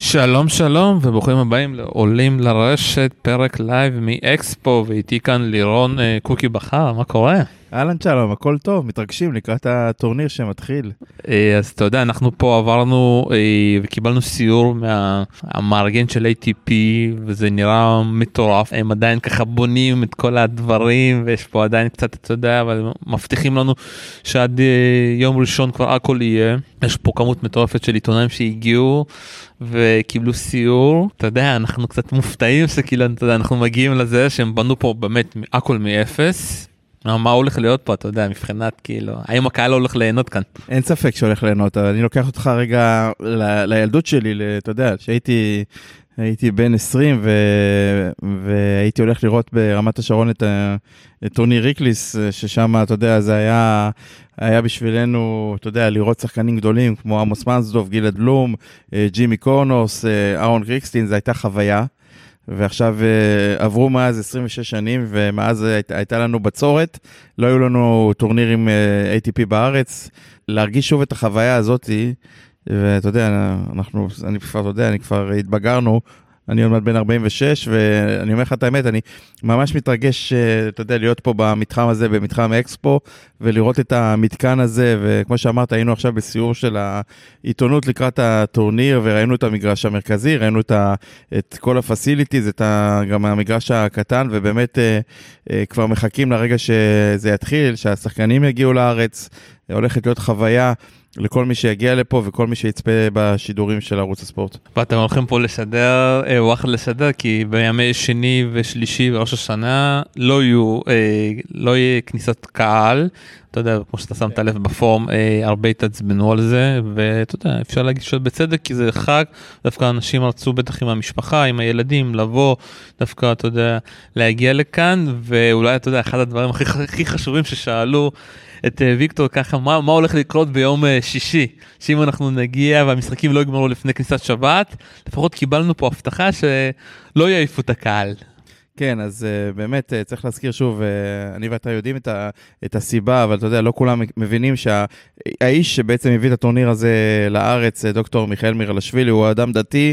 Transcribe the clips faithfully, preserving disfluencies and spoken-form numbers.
שלום שלום וברוכים הבאים לעולים לרשת, פרק לייב מאקספו, ואיתי כאן לירון אה, קוקי בחר, מה קורה? אהלן שלום, הכל טוב, מתרגשים לקראת הטורניר שמתחיל. אה, אז אתה יודע, אנחנו פה עברנו אה, וקיבלנו סיור מהמארגן של איי טי פי, וזה נראה מטורף, הם עדיין ככה בונים את כל הדברים, ויש פה עדיין קצת, אתה יודע, אבל מבטיחים לנו שעד אה, יום ראשון כבר הכל יהיה. יש פה כמות מטורפת של עיתונאים שהגיעו, וקיבלו סיור. אתה יודע, אנחנו קצת מופתעים שכאילו, אתה יודע, אנחנו מגיעים לזה שהם בנו פה באמת הכל מאפס. מה הולך להיות פה, אתה יודע, מבחינת כאילו, האם הקהל הולך ליהנות כאן? אין ספק שהולך ליהנות, אבל אני לוקח אותך רגע ל- לילדות שלי, אתה יודע, שהייתי הייתי בן עשרים ו... והייתי הולך לראות ברמת השרון את, ה... את טורניר ריקליס, ששם, אתה יודע, זה היה, היה בשבילנו, אתה יודע, לראות שחקנים גדולים, כמו עמוס מנסדוף, גלעד בלום, ג'ימי קורנוס, אהרון קריקסטין, זו הייתה חוויה. ועכשיו עברו מאז עשרים ושש שנים, ומאז הייתה, הייתה לנו בצורת, לא היו לנו טורנירים איי טי פי בארץ, להרגיש שוב את החוויה הזאת, ואתה יודע, אנחנו, אני כבר, אתה יודע, אני כבר התבגרנו, אני עוד מעט בן ארבעים ושש, ואני אומר לך את האמת, אני ממש מתרגש, אתה יודע, להיות פה במתחם הזה, במתחם אקספו, ולראות את המתקן הזה, וכמו שאמרת, היינו עכשיו בסיור של העיתונות לקראת הטורניר, וראינו את המגרש המרכזי, ראינו את, ה, את כל הפסיליטיז, את ה, גם המגרש הקטן, ובאמת כבר מחכים לרגע שזה יתחיל, שהשחקנים יגיעו לארץ, הולכת להיות חוויה, לכל מי שיגיע לפה וכל מי שיצפה בשידורים של ערוץ הספורט. ואתם הולכים פה לשדר, אה, וואחד לשדר, כי בימי שני ושלישי וראש השנה לא יהיו, אה, לא יהיה כניסת קהל, אתה יודע, כמו שאתה שמת לב בפורום, אה, הרבה התעצבנו על זה, ואתה יודע, אפשר להגיד שבצדק, כי זה חג, דווקא אנשים רצו בטח עם המשפחה, עם הילדים, לבוא, דווקא, אתה יודע, להגיע לכאן, ואולי, אתה יודע, אחד הדברים הכי, הכי חשובים ששאלו, את ויקטור ככה, מה, מה הולך לקרות ביום שישי, שאם אנחנו נגיע והמשחקים לא יגמרו לפני כניסת שבת, לפחות קיבלנו פה הבטחה שלא יעיפו את הקהל. כן, אז uh, באמת uh, צריך להזכיר שוב, uh, אני ואתה יודעים את, ה, את הסיבה, אבל אתה יודע, לא כולם מבינים שהאיש שבעצם הביא את הטורניר הזה לארץ, דוקטור מיכאל מירלשווילי, הוא אדם דתי,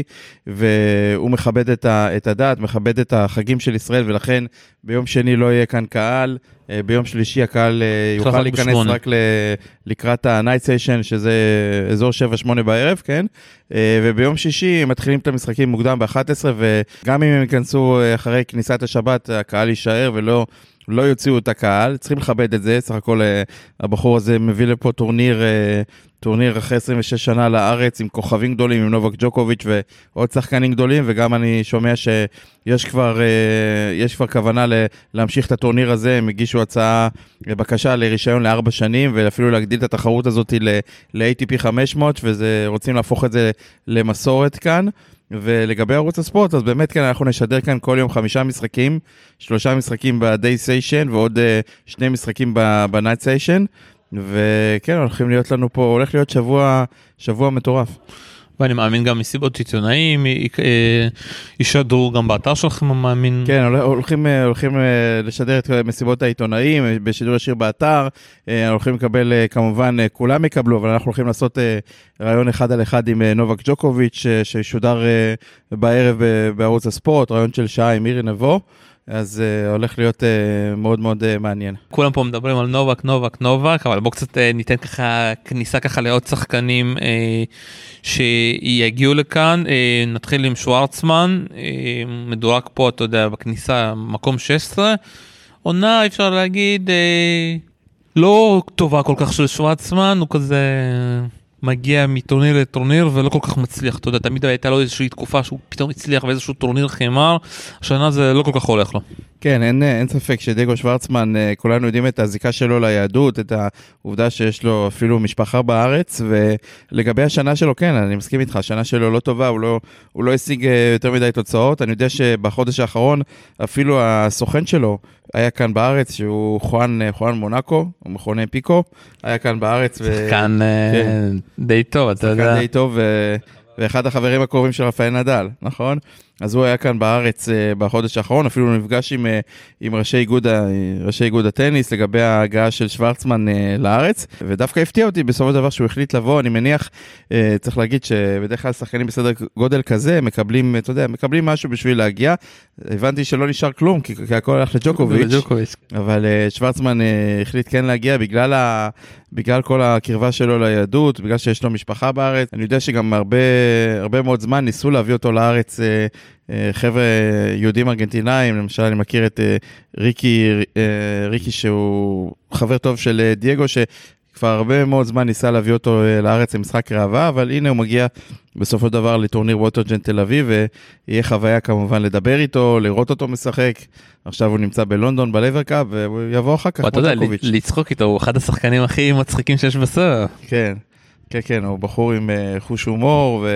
והוא מכבד את, ה, את הדת, מכבד את החגים של ישראל, ולכן ביום שני לא יהיה כאן קהל, ביום שלישי הקהל יוכל להיכנס רק לקראת ה-Night Session, שזה אזור שבע שמונה בערב, כן? וביום שישי מתחילים את המשחקים מוקדם ב-אחת עשרה, וגם אם הם ייכנסו אחרי כניסת השבת, הקהל יישאר ולא לא יוציאו את הקהל, צריכים לכבד את זה, סך הכל הבחור הזה מביא לפה טורניר, טורניר אחרי עשרים ושש שנה לארץ, עם כוכבים גדולים, עם נובק ג'וקוביץ' ועוד שחקנים גדולים, וגם אני שומע שיש כבר, יש כבר כוונה להמשיך את הטורניר הזה, הם הגישו הצעה, בקשה לרישיון לארבע שנים, ואפילו להגדיל את התחרות הזאת ל-איי טי פי חמש מאות, ורוצים להפוך את זה למסורת כאן. ולגבי ערוץ הספורט, אז באמת כן, אנחנו נשדר כאן כל יום חמישה משחקים, שלושה משחקים ב-Day Session, ועוד uh, שני משחקים ב-Night Session, וכן, הולכים להיות לנו פה, הולך להיות שבוע, שבוע מטורף. ואני מאמין גם מסיבות עיתונאים, ישדרו גם באתר שלכם, אני מאמין. כן, הולכים, הולכים לשדר את מסיבות העיתונאים, בשידור ישיר באתר, הולכים לקבל, כמובן, כולם יקבלו, אבל אנחנו הולכים לעשות רעיון אחד על אחד עם נובק ג'וקוביץ', שישודר בערב בערוץ הספורט, רעיון של שעה עם מירי נבו, אז uh, הולך להיות uh, מאוד מאוד uh, מעניין. כולם פה מדברים על נובק, נובק, נובק, אבל בואו קצת uh, ניתן ככה כניסה ככה לעוד שחקנים uh, שיגיעו לכאן. Uh, נתחיל עם שוורצמן, uh, מדורג פה, אתה יודע, בכניסה מקום שש עשרה. עונה, אפשר להגיד, uh, לא טובה כל כך של שוורצמן, הוא כזה מגיע מטורניר לטורניר ולא כל כך מצליח, אתה יודע, תמיד הייתה לו איזושהי תקופה שהוא פתאום הצליח באיזשהו טורניר חמר, השנה זה לא כל כך הולך לו. כן, אין, אין ספק שדייגו שוורצמן, כולנו יודעים את הזיקה שלו ליהדות, את העובדה שיש לו אפילו משפחה בארץ, ולגבי השנה שלו, כן, אני מסכים איתך, השנה שלו לא טובה, הוא לא, הוא לא השיג יותר מדי תוצאות, אני יודע שבחודש האחרון, אפילו הסוכן שלו היה כאן בארץ, שהוא חואן, חואן מונאקו, הוא מכונה פיקו, היה כאן בארץ. שחקן כן. די טוב, אתה יודע. שחקן די טוב, ו... ואחד החברים הקרובים של רפאל נדל, נכון? אז הוא היה כאן בארץ בחודש האחרון, אפילו נפגש עם, עם ראשי איגוד, ראשי איגוד הטניס לגבי ההגעה של שוורצמן לארץ, ודווקא הפתיע אותי בסופו של דבר שהוא החליט לבוא. אני מניח, צריך להגיד שבדרך כלל שחקנים בסדר גודל כזה מקבלים, אתה יודע, מקבלים משהו בשביל להגיע. הבנתי שלא נשאר כלום, כי, כי הכל הלך לג'וקוביץ', אבל שוורצמן החליט כן להגיע בגלל ה... בגלל כל הקרבה שלו ליהדות, בגלל שיש לו משפחה בארץ. אני יודע שגם הרבה, הרבה מאוד זמן ניסו להביא אותו לארץ אה, אה, חבר'ה יהודים ארגנטינאים, למשל אני מכיר את אה, ריקי, אה, ריקי שהוא חבר טוב של אה, דייגו, שכבר הרבה מאוד זמן ניסה להביא אותו אה, לארץ למשחק ראווה, אבל הנה הוא מגיע בסופו של דבר לטורניר ווטרג'ן תל אביב, ויהיה חוויה כמובן לדבר איתו, לראות אותו משחק. עכשיו הוא נמצא בלונדון בלייבר-קאפ, והוא יבוא אחר כך. אתה יודע, לצחוק איתו, הוא אחד השחקנים הכי מצחיקים שיש בסוף. כן, כן, כן, הוא בחור עם חוש הומור,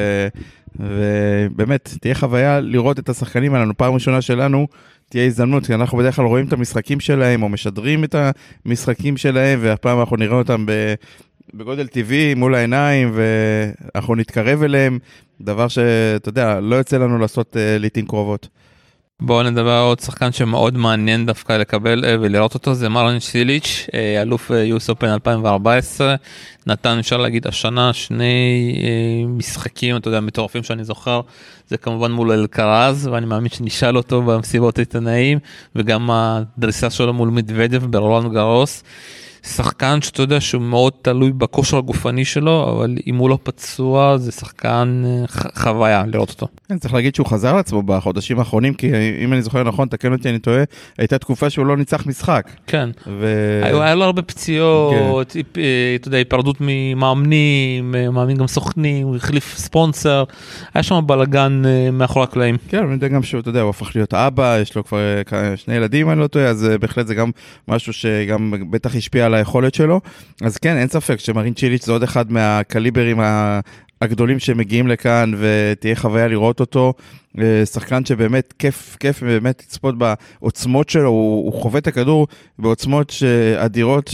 ובאמת, תהיה חוויה לראות את השחקנים עלינו. פעם ראשונה שלנו, תהיה הזדמנות, כי אנחנו בדרך כלל רואים את המשחקים שלהם, או משדרים את המשחקים שלהם, והפעם אנחנו נראה אותם בגודל טבעי, מול העיניים, ואנחנו נתקרב אליהם, דבר שאתה יודע, לא יוצא לנו לעשות לעתים קרובות. בואו נדבר עוד שחקן שמאוד מעניין דווקא לקבל ולראות אותו, זה מרלין סיליץ', אלוף יו אס אופן אלפיים וארבע עשרה, נתן, אפשר להגיד, השנה שני משחקים, אתה יודע, מטורפים שאני זוכר, זה כמובן מול אלקרז, ואני מאמין שנשאל אותו במסיבות העיתונאים, וגם הדריסה שלו מול מדוודב ברולאן גארוס, שחקן שאתה יודע שהוא מאוד תלוי בכושר הגופני שלו, אבל אם הוא לא פצוע, זה שחקן חוויה לראות אותו. אני צריך להגיד שהוא חזר לעצמו בחודשים האחרונים, כי אם אני זוכר נכון, תקן אותי, אני טועה, הייתה תקופה שהוא לא ניצח משחק. כן. היה לו הרבה פציעות, אתה יודע, היפרדות ממאמנים, מאמין גם סוכנים, הוא החליף ספונסר, היה שם בלגן מאחורי הקלעים. כן, אני יודע גם שהוא, אתה יודע, הוא הפך להיות אבא, יש לו כבר שני ילדים, אני לא טועה, אז בהחלט זה גם משהו שגם בטח השפיע על היכולת שלו. אז כן, אין ספק שמרלין סיליץ' זה עוד אחד מהקליברים הגדולים שמגיעים לכאן, ותהיה חוויה לראות אותו. שחקן שבאמת כיף, כיף באמת לצפות בעוצמות שלו, הוא, הוא חווה את הכדור בעוצמות אדירות,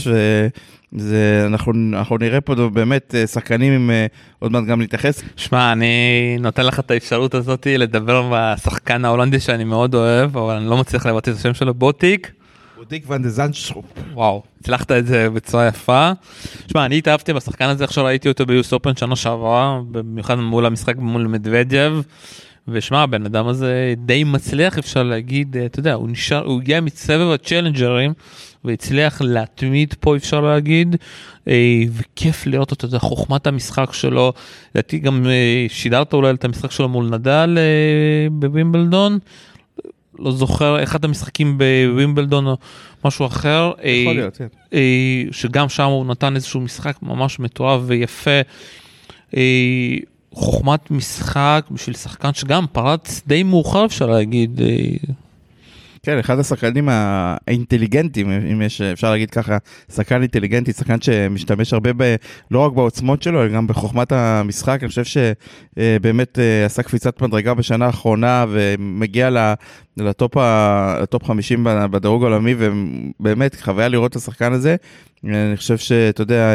שזה, אנחנו, אנחנו נראה פה באמת שחקנים עם עוד מעט גם להתייחס. שמע, אני נותן לך את האפשרות הזאת לדבר עם השחקן ההולנדי שאני מאוד אוהב, אבל אני לא מצליח לבטא את השם שלו, בוטיק. בוטיק ון דה זנדשטרופ. וואו, הצלחת את זה בצורה יפה. שמע, אני התאהבתי בשחקן הזה, עכשיו ראיתי אותו ביוס אופן שנה שעברה, במיוחד מול המשחק מול מדוודב, ושמע, הבן אדם הזה די מצליח, אפשר להגיד, אתה יודע, הוא נשאר, הוא הגיע מסבב הצ'לנג'רים, והצליח להתמיד פה, אפשר להגיד, וכיף לראות אותו, זה חוכמת המשחק שלו, לדעתי גם שידרת אולי את המשחק שלו מול נדל בווימבלדון, לא זוכר, אחד המשחקים בווימבלדון או משהו אחר, יכול להיות, כן. שגם שם הוא נתן איזשהו משחק ממש מטורף ויפה, חוכמת משחק בשביל שחקן שגם פרץ די מאוחר, אפשר להגיד. כן, אחד השחקנים האינטליגנטים, אם יש, אפשר להגיד ככה, שחקן אינטליגנטי, שחקן שמשתמש הרבה ב, לא רק בעוצמות שלו, אלא גם בחוכמת המשחק. אני חושב שבאמת עשה קפיצת מדרגה בשנה האחרונה, ומגיע לטופ, לטופ חמישים בדירוג העולמי, ובאמת חוויה לראות את השחקן הזה. אני חושב שאתה יודע,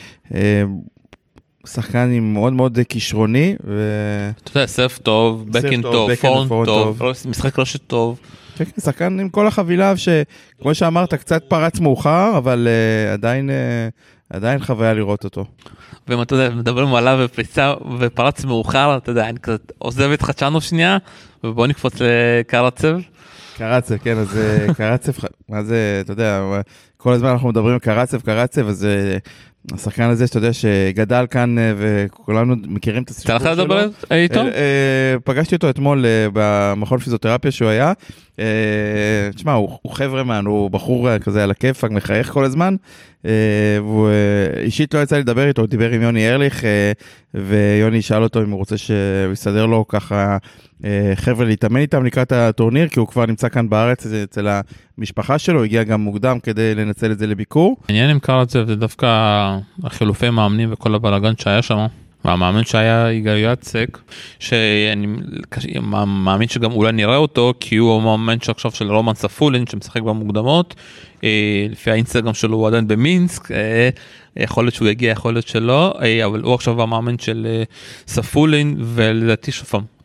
שחקן עם מאוד מאוד כישרוני. אתה יודע, סרף טוב, בקינג טוב, פורן טוב, משחק רשת טוב. שחקן עם כל החבילה, שכמו שאמרת, קצת פרץ מאוחר, אבל uh, עדיין, uh, עדיין חוויה לראות אותו. ואם אתה יודע, מדברים עליו ופריצה ופרץ מאוחר, אתה יודע, אני קצת עוזב את חדשנו שנייה, ובואו נקפוץ לקרצב. קרצב, כן, אז קרצב, מה זה, אתה יודע, כל הזמן אנחנו מדברים על קרצב, קרצב, אז השחקן הזה, שאתה יודע, שגדל כאן, וכולנו מכירים את הסיפור שלו. אתה לך לדבר איתו? פגשתי אותו אתמול במכון פיזיותרפיה שהוא היה. תשמע, הוא חבר'ה מן, הוא בחור כזה על הכיפק, מחייך כל הזמן, והוא אישית לא יצא לדבר איתו, הוא דיבר עם יוני ארליך, ויוני שאל אותו אם הוא רוצה שהוא יסדר לו ככה חבר'ה להתאמן איתם לקראת הטורניר, כי הוא כבר נמצא כאן בארץ אצל המשפחה שלו, הגיע גם מוקדם כדי לנצל את זה לביקור. העניין עם קרצב זה דווקא החילופי מאמנים וכל הבלגן שהיה שם, והמאמן שהיה יגאל יצק, שאני מאמין שגם אולי נראה אותו, כי הוא המאמן שעכשיו של רומן ספולין, שמשחק במוקדמות, לפי האינסטגרם שלו הוא עדיין במינסק, יכול להיות שהוא יגיע, יכול להיות שלא, אבל הוא עכשיו המאמן של ספולין, ולדעתי שופם.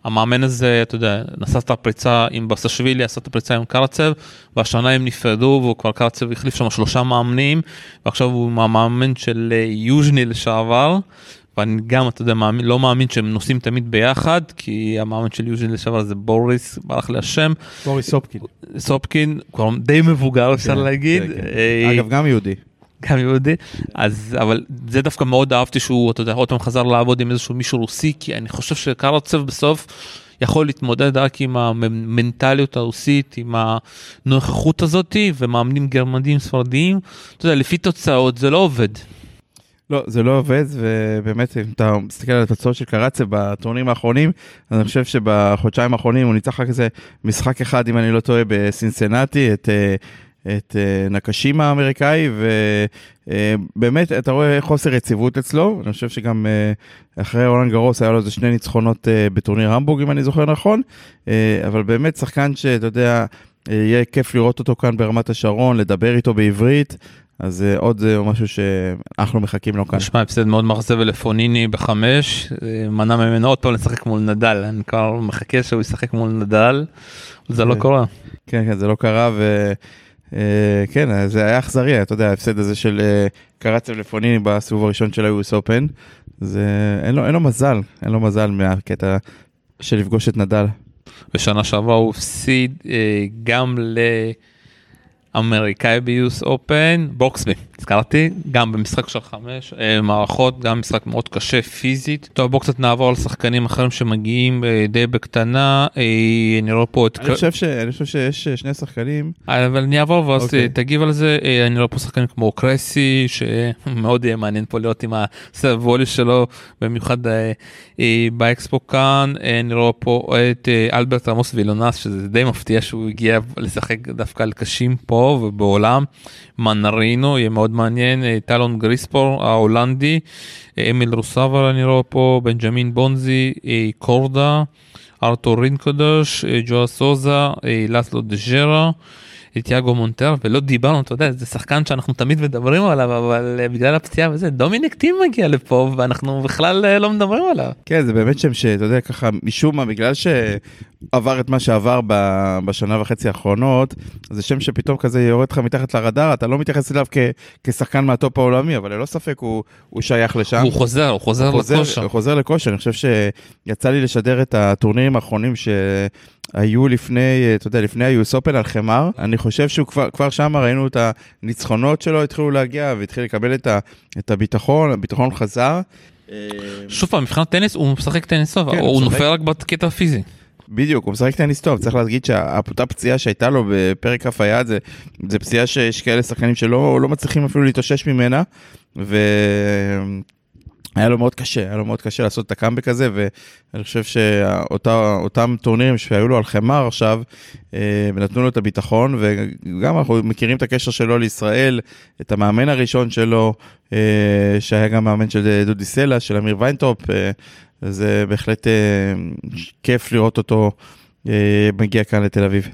המאמן הזה, אתה יודע, נסע את הפריצה עם בסשווילי, עשה את הפריצה עם קרצב, והשנה הם נפרדו, והוא כבר קרצב החליף שם שלושה מאמנים, ועכשיו הוא המאמן של יוז'ני לשעבר, ואני גם, אתה יודע, מאמין, לא מאמין שהם נוסעים תמיד ביחד, כי המאמן של יוז'ני לשעבר זה בוריס, ברח לי השם. בוריס סופקין. סופקין, כבר די מבוגר, אפשר להגיד. אגב, גם יהודי. גם יהודי, אז, אבל זה דווקא מאוד אהבתי שהוא, אתה יודע, עוד פעם חזר לעבוד עם איזשהו מישהו רוסי, כי אני חושב שקרצב בסוף יכול להתמודד רק עם המנטליות הרוסית, עם הנוכחות הזאת, ומאמנים גרמנים ספרדיים, אתה יודע, לפי תוצאות זה לא עובד. לא, זה לא עובד, ובאמת, אם אתה מסתכל על התוצאות של קרצב בטורנירים האחרונים, אז אני חושב שבחודשיים האחרונים הוא ניצח רק איזה משחק אחד, אם אני לא טועה, בסינסנטי, את... את נקשימה האמריקאי, ובאמת אתה רואה חוסר יציבות אצלו, אני חושב שגם אחרי רולאן גארוס היה לו איזה שני ניצחונות בטורניר המבורג, אם אני זוכר נכון, אבל באמת שחקן שאתה יודע, יהיה כיף לראות אותו כאן ברמת השרון, לדבר איתו בעברית, אז עוד משהו שאנחנו מחכים לו כאן. נשמע הפסד מאוד מרזה ולפוניני בחמש, מנע ממנו עוד פעם לשחק מול נדל, אני כבר מחכה שהוא ישחק מול נדל, זה לא קורה. כן, כן, זה לא קרה, ו... כן, זה היה אכזרי, אתה יודע, ההפסד הזה של קרצב לפוניני בסיבוב הראשון של ה-יו אס Open, אין לו מזל, אין לו מזל מהקטע של לפגוש את נדל. בשנה שעברה הוא הפסיד גם לאמריקאי ב-יו אס Open, בוקסבי, הזכרתי, גם במשחק של חמש מערכות, גם משחק מאוד קשה פיזית. טוב, בואו קצת נעבור על שחקנים אחרים שמגיעים די בקטנה, אני רואה פה את... אני חושב ש... אני חושב שיש שני שחקנים. אבל אני אעבור ואז תגיב על זה, אני רואה פה שחקנים כמו קרסי, שמאוד יהיה מעניין פה להיות עם הסרב וולי שלו, במיוחד באקספו כאן, אני רואה פה את אלברט רמוס וילונס, שזה די מפתיע שהוא הגיע לשחק דווקא על קשים פה ובעולם, מנרינו, יהיה מאוד מעניין, טלון גריספור, ההולנדי, אמיל רוסאבר אני רואה פה, בנג'מין בונזי, קורדה, ארתור רינקודש, ג'ואה סוזה, לסלו דז'רה, תיאגו מונטר, ולא דיברנו, אתה יודע, זה שחקן שאנחנו תמיד מדברים עליו, אבל בגלל הפציעה וזה, דומיניק טים מגיע לפה, ואנחנו בכלל לא מדברים עליו. כן, זה באמת שם שאתה יודע, ככה, משום מה, בגלל שעבר את מה שעבר בשנה וחצי האחרונות, זה שם שפתאום כזה יורד לך מתחת לרדאר, אתה לא מתייחס אליו כשחקן מהטופ העולמי, אבל ללא ספק הוא שייך לשם. הוא חוזר, הוא חוזר לכושר. הוא חוזר לכושר, אני חושב שיצא לי לשדר את הטורנירים האחרונים ש... היו לפני, אתה יודע, לפני ה-יו אס Open על חמר, אני חושב שהוא כבר, כבר שם ראינו את הניצחונות שלו, התחילו להגיע והתחיל לקבל את, ה, את הביטחון, הביטחון חזר. שוב פעם, מבחינת טניס, הוא משחק טניס טוב, הוא נופל רק בקטע הפיזי. בדיוק, הוא משחק טניס טוב, צריך להגיד שהפותה פציעה שהייתה לו בפרק כף היד, זה, זה פציעה שיש כאלה שחקנים שלא לא מצליחים אפילו להתאושש ממנה, ו... היה לו מאוד קשה, היה לו מאוד קשה לעשות את הקאמבק הזה, ואני חושב שאותם טורנירים שהיו לו על חמר עכשיו, ונתנו לו את הביטחון, וגם אנחנו מכירים את הקשר שלו לישראל, את המאמן הראשון שלו, שהיה גם מאמן של דודי סלע, של אמיר ויינטופ, זה בהחלט כיף לראות אותו מגיע כאן לתל אביב.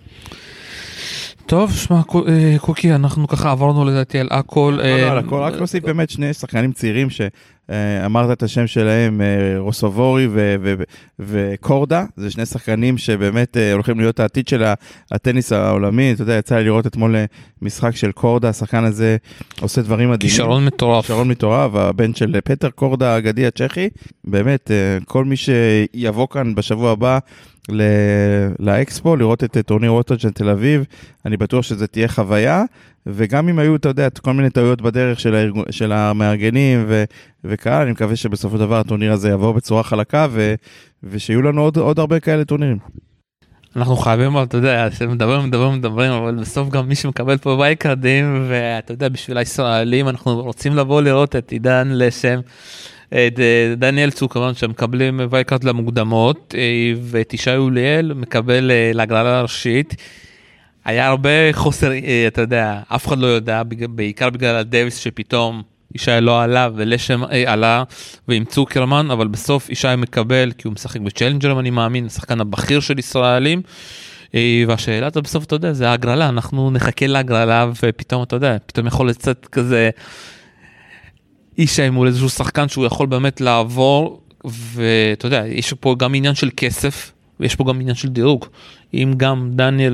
טוב, שמע, קוקי, אנחנו ככה עברנו לדעתי על הכל. לא, לא, על הכל, רק להוסיף באמת שני שחקנים צעירים שאמרת את השם שלהם, רוסובורי וקורדה, זה שני שחקנים שבאמת הולכים להיות העתיד של הטניס העולמי, אתה יודע, יצא לי לראות אתמול משחק של קורדה, השחקן הזה עושה דברים מדהימים. כישרון מטורף. כישרון מטורף, הבן של פטר קורדה האגדי הצ'כי, באמת, כל מי שיבוא כאן בשבוע הבא, לאקספו, לראות את טורניר ווטרג' של תל אביב, אני בטוח שזה תהיה חוויה, וגם אם היו, אתה יודע, כל מיני טעויות בדרך של, הארגון, של המארגנים ו, וקהל, אני מקווה שבסופו של דבר הטורניר הזה יעבור בצורה חלקה, ו, ושיהיו לנו עוד, עוד הרבה כאלה טורנירים. אנחנו חייבים, אתה יודע, שמדברים, מדברים, מדברים, אבל בסוף גם מי שמקבל פה וייקרדים, ואתה יודע, בשביל הישראלים, אנחנו רוצים לבוא לראות את עידן לשם, את דניאל צוקרמן שמקבלים וייקרד למוקדמות, ואת ישי אוליאל מקבל להגרלה הראשית. היה הרבה חוסר, אתה יודע, אף אחד לא יודע, בעיקר בגלל הדייביס שפתאום ישי לא עלה ולשם עלה ועם צוקרמן, אבל בסוף ישי מקבל, כי הוא משחק בצ'לנג'ר, אני מאמין, השחקן הבכיר של ישראלים, והשאלה אתה בסוף, אתה יודע, זה ההגרלה, אנחנו נחכה להגרלה ופתאום, אתה יודע, פתאום יכול לצאת כזה... אישה מול איזשהו שחקן שהוא יכול באמת לעבור, ואתה יודע, יש פה גם עניין של כסף, ויש פה גם עניין של דירוג. אם גם דניאל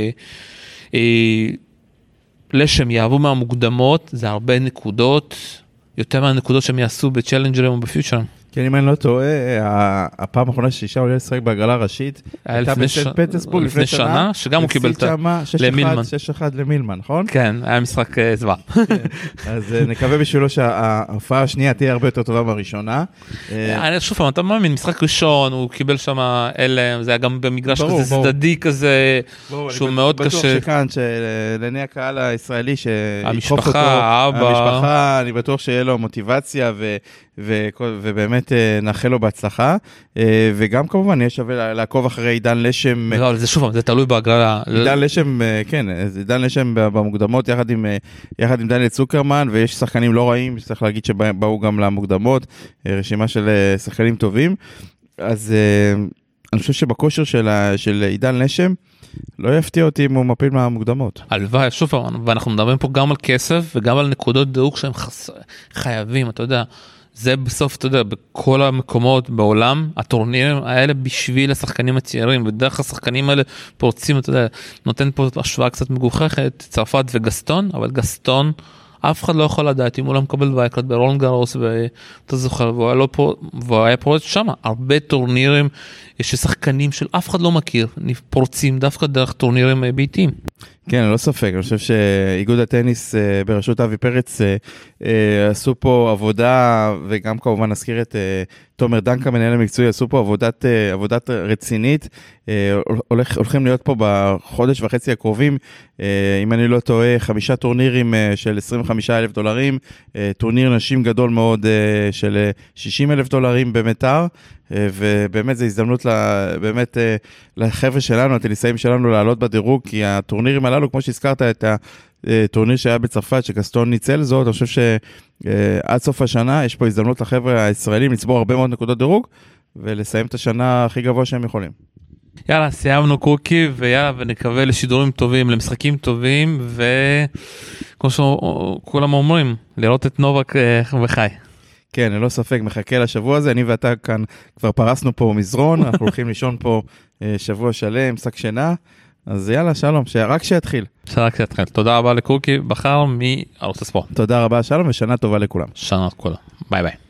ולשם יעבו מהמוקדמות, זה הרבה נקודות, יותר מהנקודות שהם יעשו בצ'לנג'רים או בפיוטשרים. כן, אם אני לא טועה, הפעם האחרונה שאישה עולה לשחק בהגרלה ראשית, הייתה בסט פטרסבורג לפני שנה, שגם הוא קיבל את למילמן. שש אחת למילמן, נכון? כן, היה משחק זוועה. אז נקווה בשבילו שההופעה השנייה תהיה הרבה יותר טובה מהראשונה. אני שוב פעם, אתה מאמין, משחק ראשון, הוא קיבל שם אלם, זה היה גם במגרש כזה צדדי כזה, שהוא מאוד קשה. בטוח שכאן, שלעיני הקהל הישראלי, המשפחה, האבא. המשפחה, אני בטוח שיהיה לו מוטיבציה ו... ובאמת נאחל לו בהצלחה, וגם כמובן יש שווה לעקוב אחרי עידן לשם. לא, זה שוב, זה תלוי בהגרלה. עידן לשם, כן, עידן לשם במוקדמות יחד עם, יחד עם דניאל צוקרמן, ויש שחקנים לא רעים, צריך להגיד שבאו גם למוקדמות, רשימה של שחקנים טובים, אז אני חושב שבכושר של, של עידן לשם, לא יפתיע אותי אם הוא מפיל מהמוקדמות. הלוואי, שוב, ואנחנו מדברים פה גם על כסף, וגם על נקודות דירוג שהם חייבים, אתה יודע, זה בסוף, אתה יודע, בכל המקומות בעולם, הטורנירים האלה בשביל השחקנים הצעירים, ודרך השחקנים האלה פורצים, אתה יודע, נותן פה השוואה קצת מגוחכת, צרפת וגסטון, אבל גסטון, אף אחד לא יכול לדעת אם הוא לא מקבל וייקלט ברולנד גארוס, ואתה זוכר, והוא היה, לא פה, והוא היה פורץ שם, הרבה טורנירים, יש שחקנים של אף אחד לא מכיר, פורצים דווקא דרך טורנירים ביתיים. כן, לא ספק, אני חושב שאיגוד הטניס בראשות אבי פרץ עשו פה עבודה, וגם כמובן נזכיר את תומר דנקה, מנהל המקצועי, עשו פה עבודת, עבודת רצינית, הולך, הולכים להיות פה בחודש וחצי הקרובים, אם אני לא טועה, חמישה טורנירים של עשרים וחמישה אלף דולרים, טורניר נשים גדול מאוד של שישים אלף דולרים במטר, ובאמת זו הזדמנות באמת לחבר'ה שלנו, הטניסאים שלנו לעלות בדירוג, כי הטורנירים הללו, כמו שהזכרת את הטורניר שהיה בצרפת, שגסטון ניצל זאת, אני חושב שעד סוף השנה יש פה הזדמנות לחבר'ה הישראלים לצבור הרבה מאוד נקודות דירוג, ולסיים את השנה הכי גבוה שהם יכולים. יאללה, סיימנו קוקי, ויאללה, ונקווה לשידורים טובים, למשחקים טובים, וכמו שכולם אומרים, לראות את נובק וחי. כן, ללא ספק, מחכה לשבוע הזה, אני ואתה כאן כבר פרסנו פה מזרון, אנחנו הולכים לישון פה שבוע שלם, שק שינה, אז יאללה, שלום, רק שיתחיל. רק שיתחיל. תודה רבה לקוקי, בחר מערוץ הספורט. תודה רבה, שלום, ושנה טובה לכולם. שנה טובה, ביי ביי.